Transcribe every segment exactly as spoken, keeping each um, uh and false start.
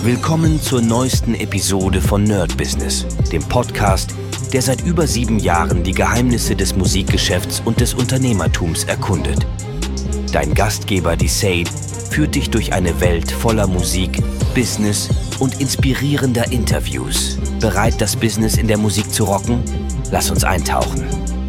Willkommen zur neuesten Episode von Nerd Business, dem Podcast, der seit über sieben Jahren die Geheimnisse des Musikgeschäfts und des Unternehmertums erkundet. Dein Gastgeber Desaid führt dich durch eine Welt voller Musik, Business und inspirierender Interviews. Bereit, das Business in der Musik zu rocken? Lass uns eintauchen.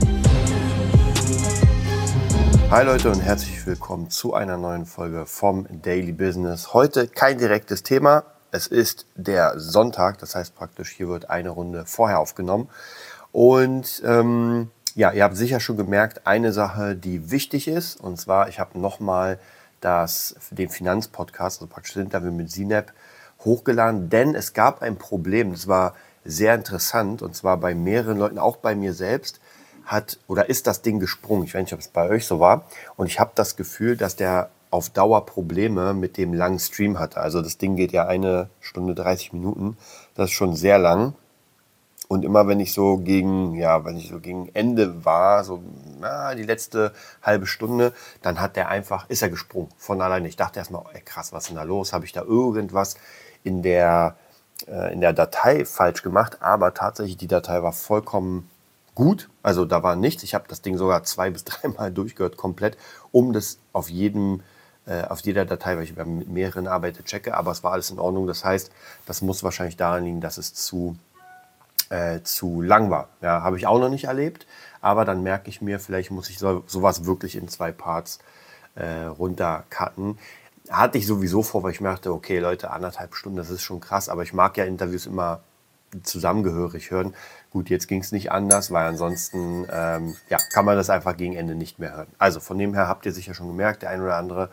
Hi Leute und herzlich willkommen zu einer neuen Folge vom Daily Business. Heute kein direktes Thema. Es ist der Sonntag, das heißt praktisch, hier wird eine Runde vorher aufgenommen. Und ähm, ja, ihr habt sicher schon gemerkt, eine Sache, die wichtig ist, und zwar, ich habe nochmal das, den Finanzpodcast, also praktisch das Interview mit Zineb, hochgeladen, denn es gab ein Problem, das war sehr interessant, und zwar bei mehreren Leuten, auch bei mir selbst, hat oder ist das Ding gesprungen. Ich weiß nicht, ob es bei euch so war. Und ich habe das Gefühl, dass der auf Dauer Probleme mit dem langen Stream hatte. Also das Ding geht ja eine Stunde dreißig Minuten. Das ist schon sehr lang. Und immer wenn ich so gegen, ja, wenn ich so gegen Ende war, so na, die letzte halbe Stunde, dann hat der einfach, ist er gesprungen von alleine. Ich dachte erstmal, ey, krass, was ist denn da los? Habe ich da irgendwas in der, äh, in der Datei falsch gemacht? Aber tatsächlich, die Datei war vollkommen gut, also da war nichts. Ich habe das Ding sogar zwei bis dreimal durchgehört, komplett, um das auf jedem, äh, auf jeder Datei, weil ich mit mehreren arbeite, checke, aber es war alles in Ordnung. Das heißt, das muss wahrscheinlich daran liegen, dass es zu, äh, zu lang war. Ja, habe ich auch noch nicht erlebt, aber dann merke ich mir, vielleicht muss ich so, sowas wirklich in zwei Parts äh, runtercutten. Hatte ich sowieso vor, weil ich merkte, okay Leute, anderthalb Stunden, das ist schon krass, aber ich mag ja Interviews immer zusammengehörig hören. Gut, jetzt ging es nicht anders, weil ansonsten ähm, ja, kann man das einfach gegen Ende nicht mehr hören. Also von dem her habt ihr sicher schon gemerkt, der ein oder andere.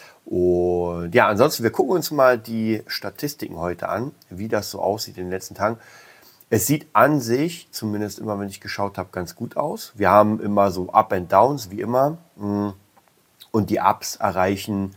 Und ja, ansonsten, wir gucken uns mal die Statistiken heute an, wie das so aussieht in den letzten Tagen. Es sieht an sich, zumindest immer, wenn ich geschaut habe, ganz gut aus. Wir haben immer so Up and Downs, wie immer. Und die Ups erreichen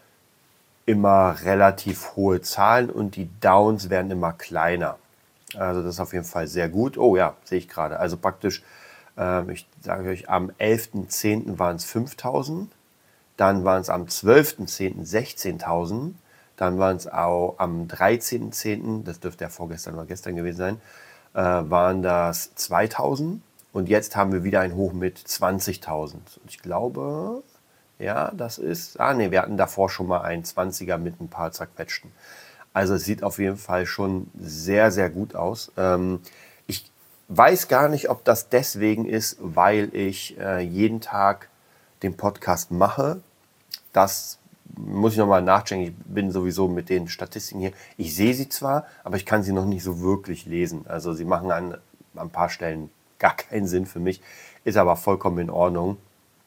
immer relativ hohe Zahlen und die Downs werden immer kleiner. Also das ist auf jeden Fall sehr gut. Oh ja, sehe ich gerade. Also praktisch, ähm, ich sage euch, am elften zehnten waren es fünftausend, dann waren es am zwölften zehnten sechzehntausend, dann waren es auch am dreizehnten zehnten, das dürfte ja vorgestern oder gestern gewesen sein, äh, waren das zweitausend und jetzt haben wir wieder ein Hoch mit zwanzigtausend. Und ich glaube, ja, das ist, ah ne, wir hatten davor schon mal einen zwanziger mit ein paar zerquetschten. Also es sieht auf jeden Fall schon sehr, sehr gut aus. Ähm, ich weiß gar nicht, ob das deswegen ist, weil ich äh, jeden Tag den Podcast mache. Das muss ich nochmal nachchecken. Ich bin sowieso mit den Statistiken hier. Ich sehe sie zwar, aber ich kann sie noch nicht so wirklich lesen. Also sie machen an, an ein paar Stellen gar keinen Sinn für mich. Ist aber vollkommen in Ordnung.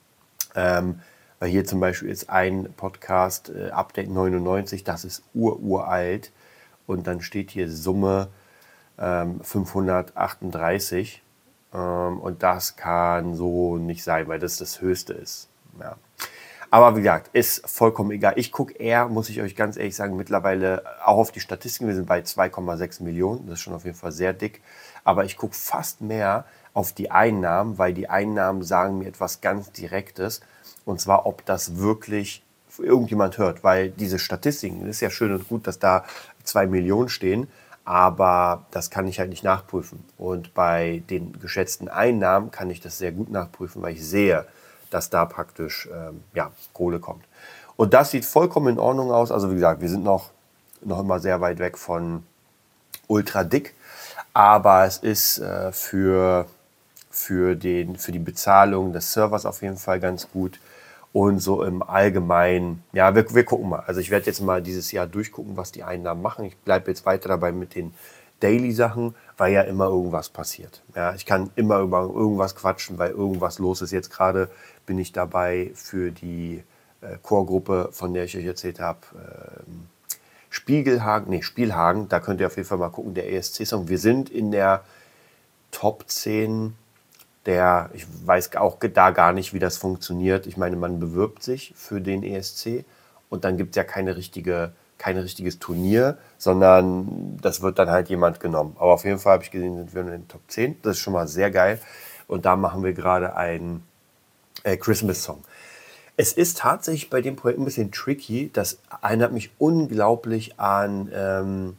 Ähm, Weil hier zum Beispiel ist ein Podcast, äh, Update neunundneunzig, das ist ururalt. Und dann steht hier Summe ähm, fünfhundertachtunddreißig. Ähm, und das kann so nicht sein, weil das das Höchste ist. Ja. Aber wie gesagt, ist vollkommen egal. Ich gucke eher, muss ich euch ganz ehrlich sagen, mittlerweile auch auf die Statistiken. Wir sind bei zwei Komma sechs Millionen. Das ist schon auf jeden Fall sehr dick. Aber ich gucke fast mehr auf die Einnahmen, weil die Einnahmen sagen mir etwas ganz Direktes. Und zwar, ob das wirklich irgendjemand hört. Weil diese Statistiken, das ist ja schön und gut, dass da zwei Millionen stehen, aber das kann ich halt nicht nachprüfen. Und bei den geschätzten Einnahmen kann ich das sehr gut nachprüfen, weil ich sehe, dass da praktisch ähm, ja, Kohle kommt. Und das sieht vollkommen in Ordnung aus. Also wie gesagt, wir sind noch, noch immer sehr weit weg von ultra dick, aber es ist äh, für, für, den, für die Bezahlung des Servers auf jeden Fall ganz gut. Und so im Allgemeinen, ja, wir, wir gucken mal. Also ich werde jetzt mal dieses Jahr durchgucken, was die Einnahmen machen. Ich bleibe jetzt weiter dabei mit den Daily-Sachen, weil ja immer irgendwas passiert. Ja, ich kann immer über irgendwas quatschen, weil irgendwas los ist. Jetzt gerade bin ich dabei für die äh, Chorgruppe, von der ich euch erzählt habe, ähm, Spiegelhagen, nee, Spielhagen. Da könnt ihr auf jeden Fall mal gucken, der E S C-Song. Wir sind in der Top zehn. Der, ich weiß auch da gar nicht, wie das funktioniert. Ich meine, man bewirbt sich für den E S C und dann gibt es ja keine richtige, kein richtiges Turnier, sondern das wird dann halt jemand genommen. Aber auf jeden Fall habe ich gesehen, sind wir in den Top zehn. Das ist schon mal sehr geil. Und da machen wir gerade einen äh, Christmas-Song. Es ist tatsächlich bei dem Projekt ein bisschen tricky. Das erinnert mich unglaublich an, ähm,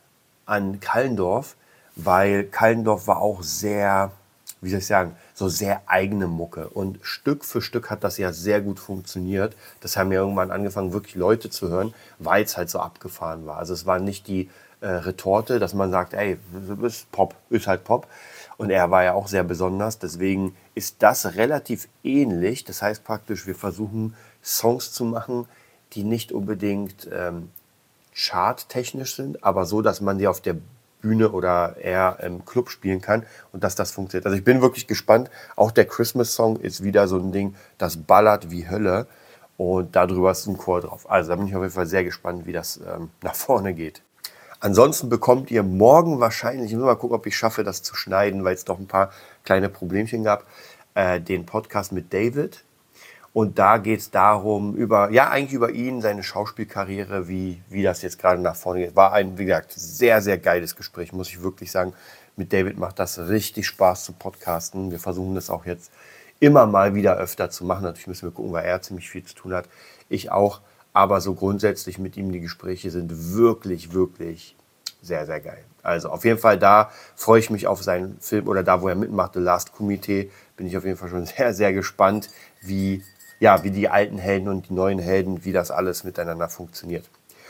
an Kallendorf, weil Kallendorf war auch sehr, wie soll ich sagen, so sehr eigene Mucke. Und Stück für Stück hat das ja sehr gut funktioniert. Das haben ja irgendwann angefangen, wirklich Leute zu hören, weil es halt so abgefahren war. Also es war nicht die äh, Retorte, dass man sagt, ey, das ist Pop, ist halt Pop. Und er war ja auch sehr besonders, deswegen ist das relativ ähnlich. Das heißt praktisch, wir versuchen Songs zu machen, die nicht unbedingt ähm, charttechnisch sind, aber so, dass man die auf der Bühne oder eher im Club spielen kann und dass das funktioniert. Also ich bin wirklich gespannt. Auch der Christmas-Song ist wieder so ein Ding, das ballert wie Hölle und darüber ist ein Chor drauf. Also da bin ich auf jeden Fall sehr gespannt, wie das ähm, nach vorne geht. Ansonsten bekommt ihr morgen wahrscheinlich, ich muss mal gucken, ob ich schaffe, das zu schneiden, weil es doch ein paar kleine Problemchen gab, äh, den Podcast mit David. Und da geht es darum, über, ja, eigentlich über ihn, seine Schauspielkarriere, wie, wie das jetzt gerade nach vorne geht. War ein, wie gesagt, sehr, sehr geiles Gespräch, muss ich wirklich sagen. Mit David macht das richtig Spaß zu podcasten. Wir versuchen das auch jetzt immer mal wieder öfter zu machen. Natürlich müssen wir gucken, weil er ziemlich viel zu tun hat. Ich auch. Aber so grundsätzlich mit ihm die Gespräche sind wirklich, wirklich sehr, sehr geil. Also auf jeden Fall da freue ich mich auf seinen Film oder da, wo er mitmacht, The Last Committee, bin ich auf jeden Fall schon sehr, sehr gespannt, wie, ja, wie die alten Helden und die neuen Helden, wie das alles miteinander funktioniert.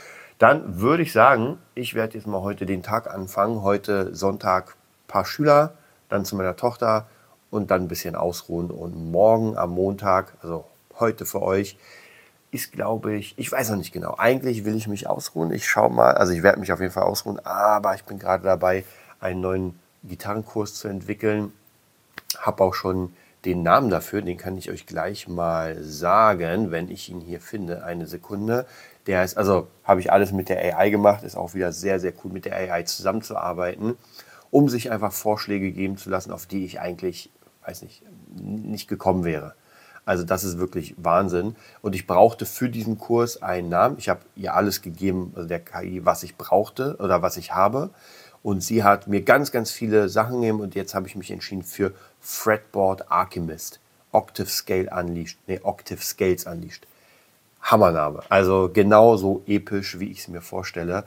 Dann würde ich sagen, ich werde jetzt mal heute den Tag anfangen. Heute Sonntag ein paar Schüler, dann zu meiner Tochter und dann ein bisschen ausruhen. Und morgen am Montag, also heute für euch, ist, glaube ich, ich weiß noch nicht genau. Eigentlich will ich mich ausruhen. Ich schaue mal, also ich werde mich auf jeden Fall ausruhen, aber ich bin gerade dabei, einen neuen Gitarrenkurs zu entwickeln. Habe auch schon den Namen dafür, den kann ich euch gleich mal sagen, wenn ich ihn hier finde. Eine Sekunde. Der ist, also habe ich alles mit der A I gemacht, ist auch wieder sehr, sehr cool, mit der A I zusammenzuarbeiten, um sich einfach Vorschläge geben zu lassen, auf die ich eigentlich, weiß nicht, nicht gekommen wäre. Also das ist wirklich Wahnsinn. Und ich brauchte für diesen Kurs einen Namen. Ich habe ihr alles gegeben, also der K I, was ich brauchte oder was ich habe. Und sie hat mir ganz, ganz viele Sachen gegeben. Und jetzt habe ich mich entschieden für Fretboard Alchemist. Octave Scale Unleashed. Nee, Octave Scales Unleashed. Hammername. Also genauso episch, wie ich es mir vorstelle.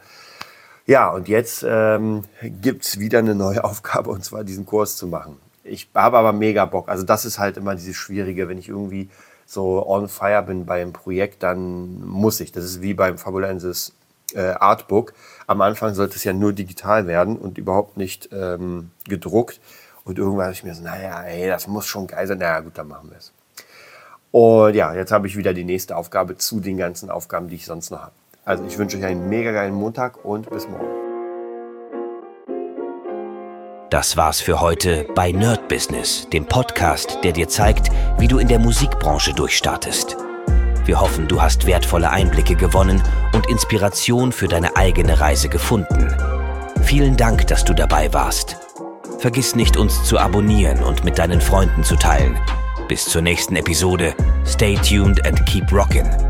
Ja, und jetzt ähm, gibt es wieder eine neue Aufgabe, und zwar diesen Kurs zu machen. Ich habe aber mega Bock. Also das ist halt immer dieses Schwierige, wenn ich irgendwie so on fire bin bei einem Projekt, dann muss ich. Das ist wie beim Fabulensis äh, Artbook. Am Anfang sollte es ja nur digital werden und überhaupt nicht ähm, gedruckt. Und irgendwann habe ich mir so, naja, ey, das muss schon geil sein. Naja, gut, dann machen wir es. Und ja, jetzt habe ich wieder die nächste Aufgabe zu den ganzen Aufgaben, die ich sonst noch habe. Also ich wünsche euch einen mega geilen Montag und bis morgen. Das war's für heute bei Nerd Business, dem Podcast, der dir zeigt, wie du in der Musikbranche durchstartest. Wir hoffen, du hast wertvolle Einblicke gewonnen und Inspiration für deine eigene Reise gefunden. Vielen Dank, dass du dabei warst. Vergiss nicht, uns zu abonnieren und mit deinen Freunden zu teilen. Bis zur nächsten Episode. Stay tuned and keep rockin'.